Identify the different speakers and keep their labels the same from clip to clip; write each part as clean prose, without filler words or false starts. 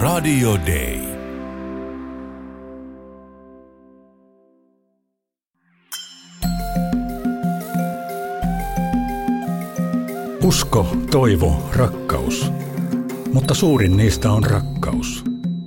Speaker 1: Radio Day.
Speaker 2: Usko, toivo, rakkaus. Mutta suurin niistä on rakkaus.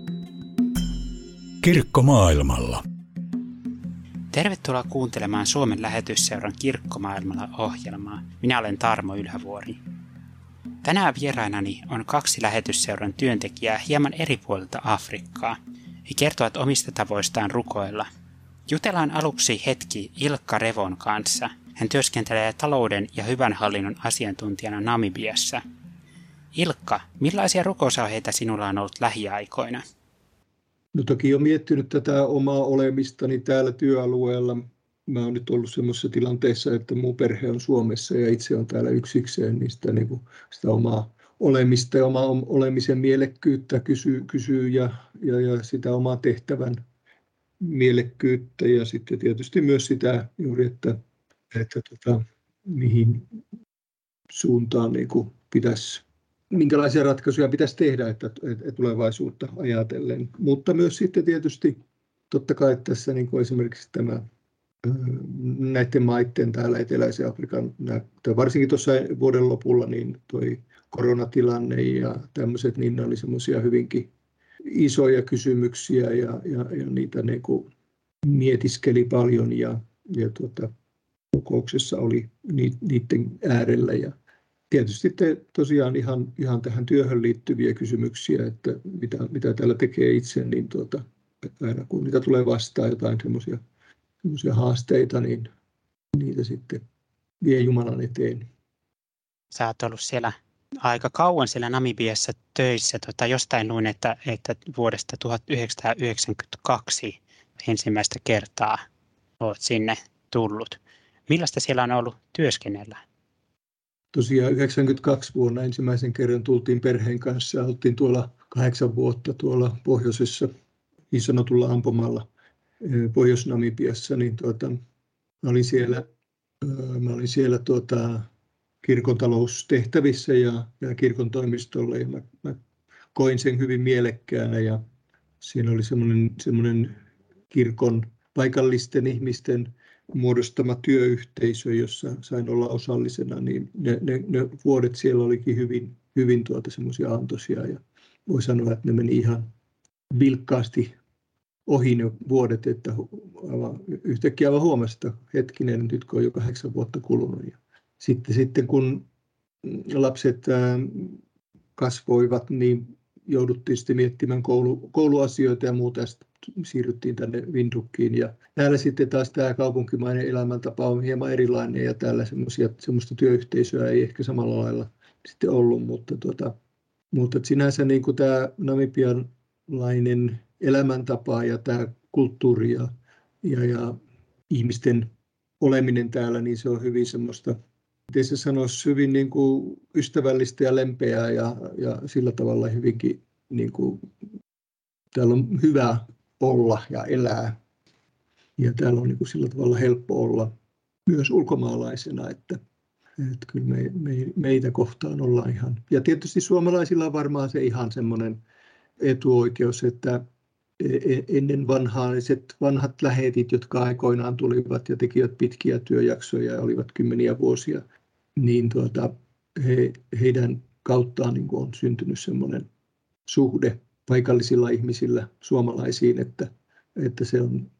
Speaker 2: Kirkko maailmalla.
Speaker 3: Tervetuloa kuuntelemaan Suomen Lähetysseuran Kirkko maailmalla -ohjelmaa. Minä olen Tarmo Ylhävuori. Tänään vierainani on 2 lähetysseuran työntekijää hieman eri puolilta Afrikkaa. He kertovat omista tavoistaan rukoilla. Jutellaan aluksi hetki Ilkka Revon kanssa. Hän työskentelee talouden ja hyvän hallinnon asiantuntijana Namibiassa. Ilkka, millaisia rukousaiheita sinulla on ollut lähiaikoina?
Speaker 4: No toki olen miettinyt tätä omaa olemistani täällä työalueella. Mä oon nyt ollut semmoisessa tilanteessa, että mun perhe on Suomessa ja itse on täällä yksikseen, niin sitä omaa olemista ja omaa olemisen mielekkyyttä kysyy ja sitä omaa tehtävän mielekkyyttä ja sitten tietysti myös sitä juuri, että mihin suuntaan niin kuin minkälaisia ratkaisuja pitäisi tehdä, että tulevaisuutta ajatellen. Mutta myös sitten tietysti totta kai tässä niin kuin esimerkiksi näiden maiden täällä Eteläisen Afrikan, varsinkin tuossa vuoden lopulla, niin toi koronatilanne ja tämmöiset, niin ne oli semmoisia hyvinkin isoja kysymyksiä ja niitä niin kuin mietiskeli paljon ja kokouksessa oli niiden äärellä. Ja tietysti tosiaan ihan tähän työhön liittyviä kysymyksiä, että mitä täällä tekee itse, niin aina kun niitä tulee vastaan jotain semmoisia haasteita, niin niitä sitten vie Jumalan eteen.
Speaker 3: Sä oot ollut siellä aika kauan siellä Namibiassa töissä. Jostain luin, että vuodesta 1992 ensimmäistä kertaa olet sinne tullut. Millaista siellä on ollut työskennellä?
Speaker 4: Tosiaan 92 vuonna ensimmäisen kerran tultiin perheen kanssa. Oltiin tuolla 8 vuotta tuolla pohjoisessa niin sanotulla ampumalla Pohjois-Namibiassa. Niin mä olin siellä kirkon taloustehtävissä ja kirkon toimistolla ja mä koin sen hyvin mielekkäänä ja siinä oli semmoinen kirkon paikallisten ihmisten muodostama työyhteisö, jossa sain olla osallisena, niin ne vuodet siellä olikin hyvin semmoisia antoisia ja voi sanoa, että ne meni ihan vilkkaasti ohi ne vuodet, että yhtäkkiä aivan huomasi, että hetkinen, nyt kun on jo 8 vuotta kulunut. Ja sitten kun lapset kasvoivat, niin jouduttiin sitten miettimään kouluasioita ja muuta, ja siirryttiin tänne Windhoekiin. Ja täällä sitten taas tämä kaupunkimainen elämäntapa on hieman erilainen, ja täällä semmoista työyhteisöä ei ehkä samalla lailla sitten ollut, mutta sinänsä niin kuin tämä namibialainen elämäntapa ja tämä kulttuuri ja ihmisten oleminen täällä, niin se on hyvin semmoista, miten se sanoisi, hyvin niin kuin ystävällistä ja lempeää ja sillä tavalla hyvinkin, niin kuin, täällä on hyvä olla ja elää. Ja täällä on niin kuin sillä tavalla helppo olla myös ulkomaalaisena, että kyllä meitä kohtaan ollaan ihan. Ja tietysti suomalaisilla on varmaan se ihan semmoinen etuoikeus, että ennen vanhat lähetit, jotka aikoinaan tulivat ja tekivät pitkiä työjaksoja ja olivat kymmeniä vuosia, niin heidän kauttaan niin kuin on syntynyt semmoinen suhde paikallisilla ihmisillä suomalaisiin, että se on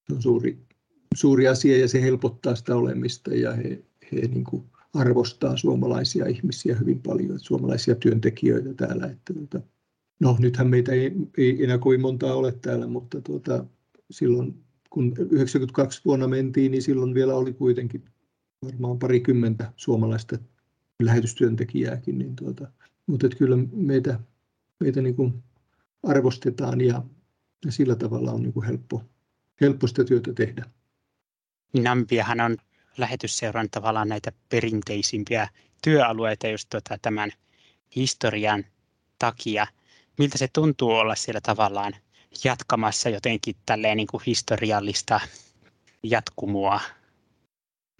Speaker 4: suuri asia ja se helpottaa sitä olemista ja he niin kuin arvostaa suomalaisia ihmisiä hyvin paljon, suomalaisia työntekijöitä täällä. No nythän meitä ei enää kovin montaa ole täällä, mutta silloin kun 92 vuonna mentiin, niin silloin vielä oli kuitenkin varmaan 20 suomalaista lähetystyöntekijääkin. Niin mutta kyllä meitä niin kuin arvostetaan ja sillä tavalla on niin kuin helppo sitä työtä tehdä.
Speaker 3: Namibiahan on lähetysseuran tavallaan näitä perinteisimpiä työalueita just tämän historian takia. Miltä se tuntuu olla siellä tavallaan jatkamassa jotenkin tälleen niin kuin historiallista jatkumoa?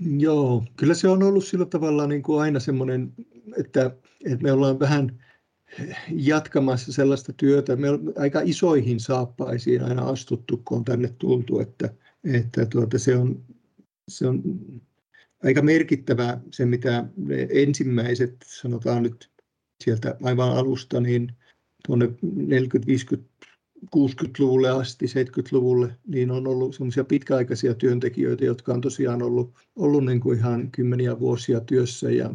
Speaker 4: Joo, kyllä se on ollut sillä tavalla niin kuin aina semmoinen, että me ollaan vähän jatkamassa sellaista työtä. Me on aika isoihin saappaisiin aina astuttu, kun on tänne tultu, että se on aika merkittävä se, mitä ne ensimmäiset, sanotaan nyt sieltä aivan alusta, niin tuonne 40, 50, 60-luvulle asti, 70-luvulle, niin on ollut semmoisia pitkäaikaisia työntekijöitä, jotka on tosiaan ollut niin kuin ihan kymmeniä vuosia työssä ja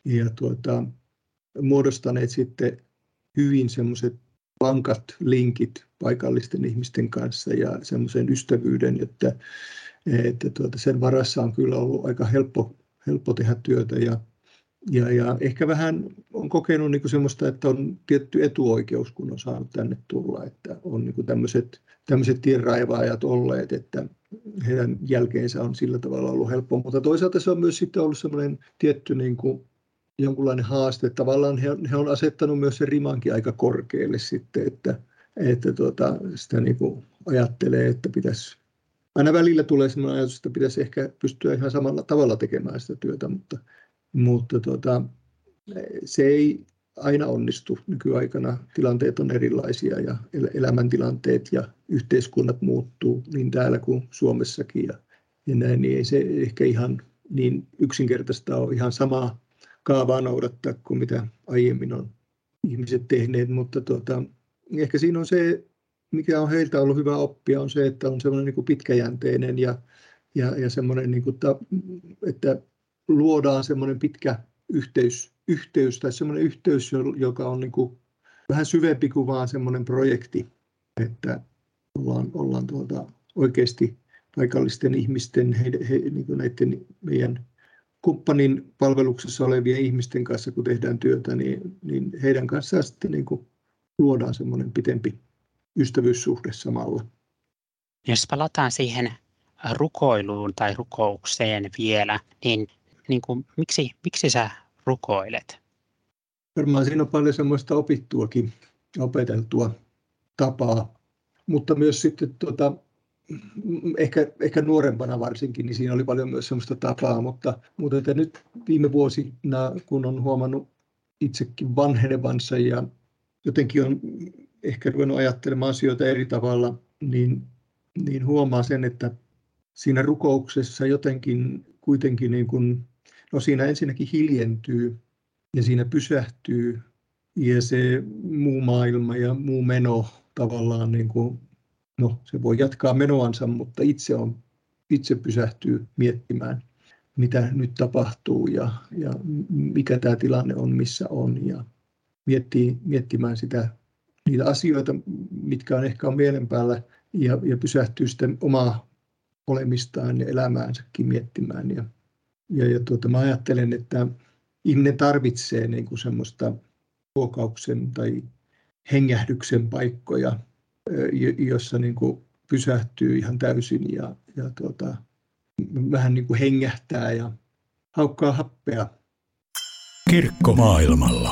Speaker 4: muodostaneet sitten hyvin semmoiset vankat linkit paikallisten ihmisten kanssa ja semmoisen ystävyyden, että sen varassa on kyllä ollut aika helppo tehdä työtä ja ehkä vähän on kokenut niin kuin semmoista, että on tietty etuoikeus, kun on saanut tänne tulla, että on niin kuin tämmöiset tienraivaajat olleet, että heidän jälkeensä on sillä tavalla ollut helppoa, mutta toisaalta se on myös sitten ollut semmoinen tietty niin kuin jonkunlainen haaste. Tavallaan he on asettanut myös sen rimankin aika korkealle sitten, että sitä niin kuin ajattelee, että pitäisi, aina välillä tulee sellainen ajatus, että pitäisi ehkä pystyä ihan samalla tavalla tekemään sitä työtä, mutta se ei aina onnistu nykyaikana. Tilanteet on erilaisia ja elämäntilanteet ja yhteiskunnat muuttuu niin täällä kuin Suomessakin ja näin, niin ei se ehkä ihan niin yksinkertaista ole ihan samaa kaavaa noudattaa kuin mitä aiemmin on ihmiset tehneet, mutta ehkä siinä on se, mikä on heiltä ollut hyvä oppia, on se, että on semmoinen niin kuin pitkäjänteinen ja semmoinen, niin kuin, että luodaan semmoinen pitkä yhteys tai semmoinen yhteys, joka on niin kuin vähän syvempi kuin vaan semmoinen projekti, että ollaan oikeasti paikallisten ihmisten, niin kuin näiden meidän kumppanin palveluksessa olevien ihmisten kanssa, kun tehdään työtä, niin heidän kanssaan sitten niin kuin luodaan semmoinen pitempi ystävyyssuhde samalla.
Speaker 3: Jos palataan siihen rukoiluun tai rukoukseen vielä, niin kuin, miksi sä rukoilet?
Speaker 4: Varmaan siinä on paljon semmoista opittuakin, opeteltua tapaa, mutta myös sitten ehkä nuorempana varsinkin, niin siinä oli paljon myös semmoista tapaa, mutta että nyt viime vuosina, kun on huomannut itsekin vanhenevansa ja jotenkin on ehkä ruvennut ajattelemaan asioita eri tavalla, niin huomaa sen, että siinä rukouksessa jotenkin kuitenkin niin kuin, no siinä ensinnäkin hiljentyy ja siinä pysähtyy ja se muu maailma ja muu meno tavallaan niin kuin, no, se voi jatkaa menoansa, mutta itse pysähtyy miettimään, mitä nyt tapahtuu ja mikä tämä tilanne on, missä on. Ja miettimään niitä asioita, mitkä on ehkä mielen päällä ja pysähtyy sitten omaa olemistaan ja elämäänsäkin miettimään. Ja mä ajattelen, että ihminen tarvitsee niin kuin semmoista huokauksen tai hengähdyksen paikkoja, jossa niin kuin pysähtyy ihan täysin ja vähän niin kuin hengähtää ja haukkaa happea.
Speaker 2: Kirkko maailmalla.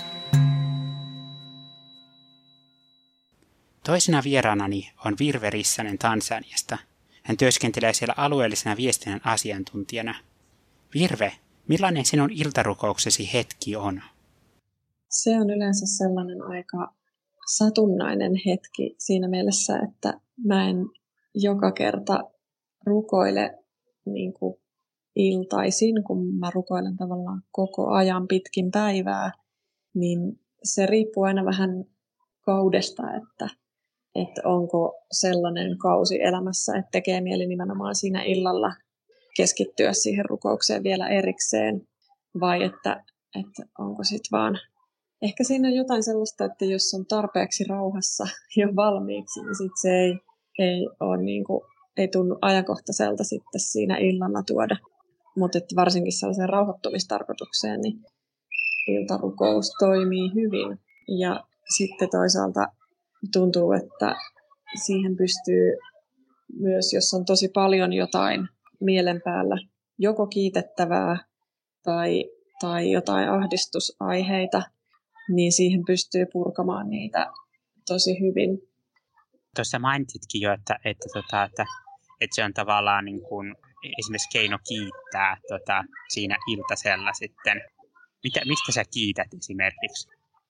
Speaker 3: Toisena vieraanani on Virve Rissanen Tansaniasta. Hän työskentelee siellä alueellisena viestinnän asiantuntijana. Virve, millainen sinun iltarukouksesi hetki on?
Speaker 1: Se on yleensä sellainen aika satunnainen hetki siinä mielessä, että mä en joka kerta rukoile niin kuin iltaisin, kun mä rukoilen tavallaan koko ajan pitkin päivää, niin se riippuu aina vähän kaudesta, että onko sellainen kausi elämässä, että tekee mieli nimenomaan siinä illalla keskittyä siihen rukoukseen vielä erikseen, vai että onko sitten vaan, ehkä siinä on jotain sellaista, että jos on tarpeeksi rauhassa jo valmiiksi, niin sitten se ei ole niin kuin, ei tunnu ajankohtaiselta sitten siinä illalla tuoda. Mutta varsinkin sellaiseen rauhoittumistarkoitukseen, niin iltarukous toimii hyvin. Ja sitten toisaalta tuntuu, että siihen pystyy myös, jos on tosi paljon jotain mielen päällä, joko kiitettävää tai jotain ahdistusaiheita, niin siihen pystyy purkamaan niitä tosi hyvin.
Speaker 3: Tuossa mainitsitkin jo, että se on tavallaan niin kuin esimerkiksi keino kiittää siinä iltasella sitten. Mistä sä kiität esimerkiksi?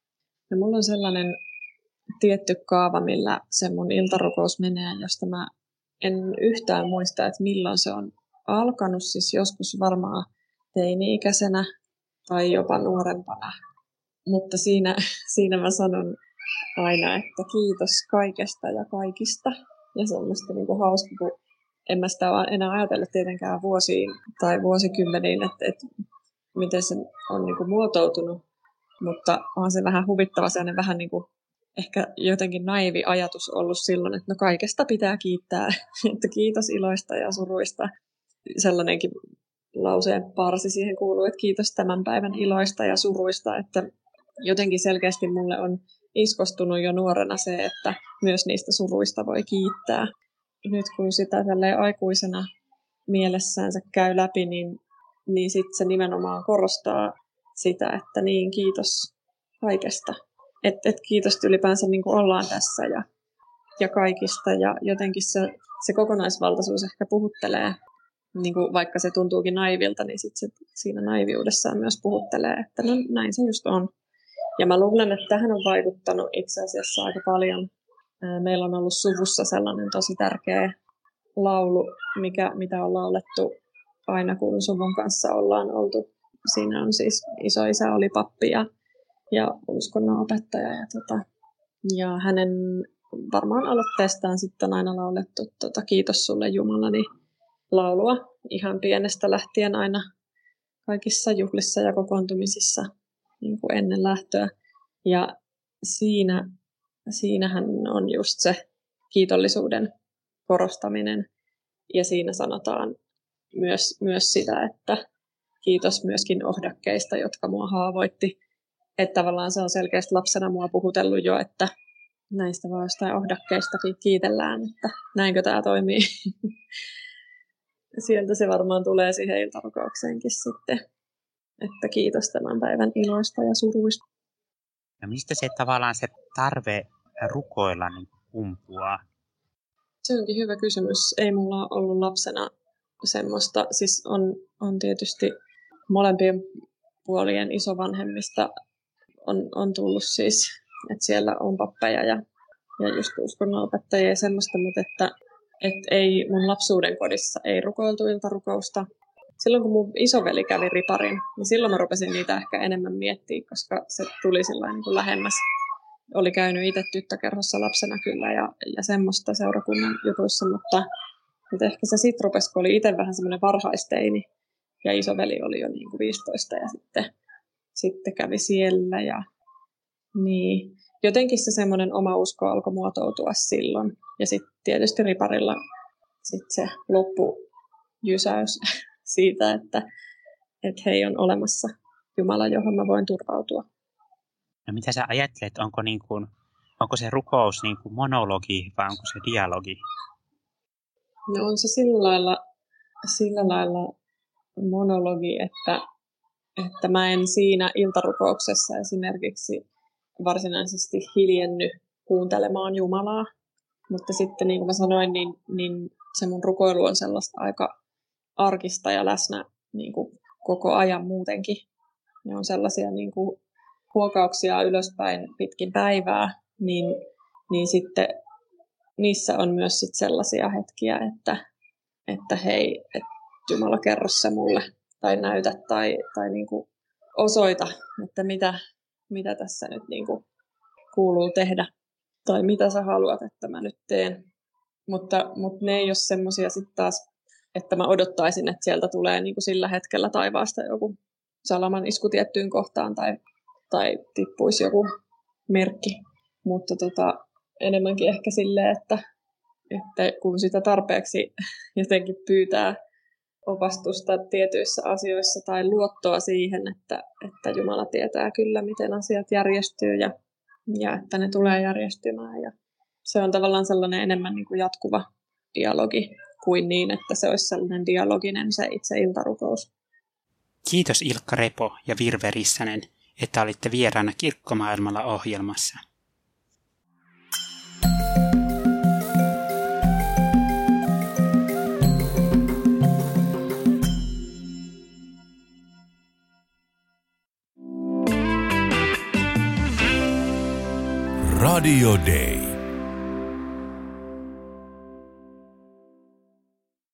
Speaker 1: Ja mulla on sellainen tietty kaava, millä se mun iltarukous menee, josta mä en yhtään muista, että milloin se on alkanut. Siis joskus varmaan teini-ikäisenä tai jopa nuorempana. Mutta siinä mä sanon aina, että kiitos kaikesta ja kaikista. Ja semmoista niin kuin hauska, kun en mä sitä enää ajatellut tietenkään vuosiin tai vuosikymmeniin, että miten se on niin kuin muotoutunut. Mutta on se vähän huvittava, sellainen vähän niin kuin ehkä jotenkin naivi ajatus ollut silloin, että no kaikesta pitää kiittää, että kiitos iloista ja suruista. Sellainenkin lauseen parsi siihen kuuluu, että kiitos tämän päivän iloista ja suruista, että jotenkin selkeästi mulle on iskostunut jo nuorena se, että myös niistä suruista voi kiittää. Nyt kun sitä tälleen aikuisena mielessäänsä käy läpi, niin sitten se nimenomaan korostaa sitä, että niin kiitos kaikesta. Et kiitos ylipäänsä niin kuin ollaan tässä ja kaikista. Ja jotenkin se kokonaisvaltaisuus ehkä puhuttelee, niin kuin vaikka se tuntuukin naivilta, niin sit se siinä naiviudessaan myös puhuttelee, että no näin se just on. Ja mä luulen, että tähän on vaikuttanut itse asiassa aika paljon. Meillä on ollut suvussa sellainen tosi tärkeä laulu, mitä on laulettu aina kun suvun kanssa ollaan oltu. Siinä on siis isoisä oli pappi ja uskonnonopettaja. Ja hänen varmaan aloitteestaan sitten on aina laulettu Kiitos sulle Jumalani laulua ihan pienestä lähtien aina kaikissa juhlissa ja kokoontumisissa niin kuin ennen lähtöä. Ja siinähän on just se kiitollisuuden korostaminen. Ja siinä sanotaan myös sitä, että kiitos myöskin ohdakkeista, jotka mua haavoitti. Että tavallaan se on selkeästi lapsena mua puhutellut jo, että näistä vaan jostain ohdakkeistakin kiitellään, että näinkö tämä toimii. Sieltä se varmaan tulee siihen iltarukoukseenkin sitten, että kiitos tämän päivän iloista ja suruista.
Speaker 3: No mistä se tavallaan se tarve rukoilla niin kumpuaa?
Speaker 1: Se onkin hyvä kysymys. Ei mulla ollut lapsena semmoista. Siis on tietysti molempien puolien isovanhemmista on tullut siis, että siellä on pappeja ja just uskonnonopettajia ja semmoista, mutta että ei mun lapsuuden kodissa ei rukoiltu iltarukousta. Silloin kun mun isoveli kävi riparin, niin silloin mä rupesin niitä ehkä enemmän miettimään, koska se tuli sillain niin kuin lähemmäs. Oli käynyt itse tyttökerhossa lapsena kyllä ja semmoista seurakunnan jutuissa, mutta ehkä se sitten rupesi, kun oli itse vähän semmoinen varhaisteini ja isoveli oli jo niin kuin 15 ja sitten kävi siellä ja niin. Jotenkin se semmoinen oma usko alkoi muotoutua silloin ja sitten tietysti riparilla sitten se loppujysäys siitä, että hei on olemassa Jumala, johon mä voin turvautua.
Speaker 3: No mitä sä ajattelet, onko se rukous niin kuin monologi vai onko se dialogi?
Speaker 1: No on se sillä lailla monologi, että mä en siinä iltarukouksessa esimerkiksi varsinaisesti hiljenny kuuntelemaan Jumalaa. Mutta sitten niin kuin mä sanoin, niin se mun rukoilu on sellaista aika arkista ja läsnä niin kuin koko ajan muutenkin. Ne on sellaisia niin kuin huokauksia ylöspäin pitkin päivää, niin sitten niissä on myös sit sellaisia hetkiä, että hei, että Jumala kerro se mulle tai näytä tai niin kuin osoita, että mitä tässä nyt niin kuin kuuluu tehdä tai mitä sä haluat, että mä nyt teen. Mutta ne ei ole semmoisia sitten taas, että mä odottaisin, että sieltä tulee niin kuin sillä hetkellä taivaasta joku salaman isku tiettyyn kohtaan tai tippuisi joku merkki. Mutta enemmänkin ehkä silleen, että kun sitä tarpeeksi jotenkin pyytää opastusta tietyissä asioissa tai luottoa siihen, että Jumala tietää kyllä, miten asiat järjestyy ja että ne tulee järjestymään. Ja se on tavallaan sellainen enemmän niin kuin jatkuva dialogi kuin niin, että se olisi sellainen dialoginen se itse iltarukous.
Speaker 3: Kiitos Ilkka Repo ja Virve Rissanen, että olitte vieraana Kirkkomaailmalla ohjelmassa.
Speaker 2: Radio Day.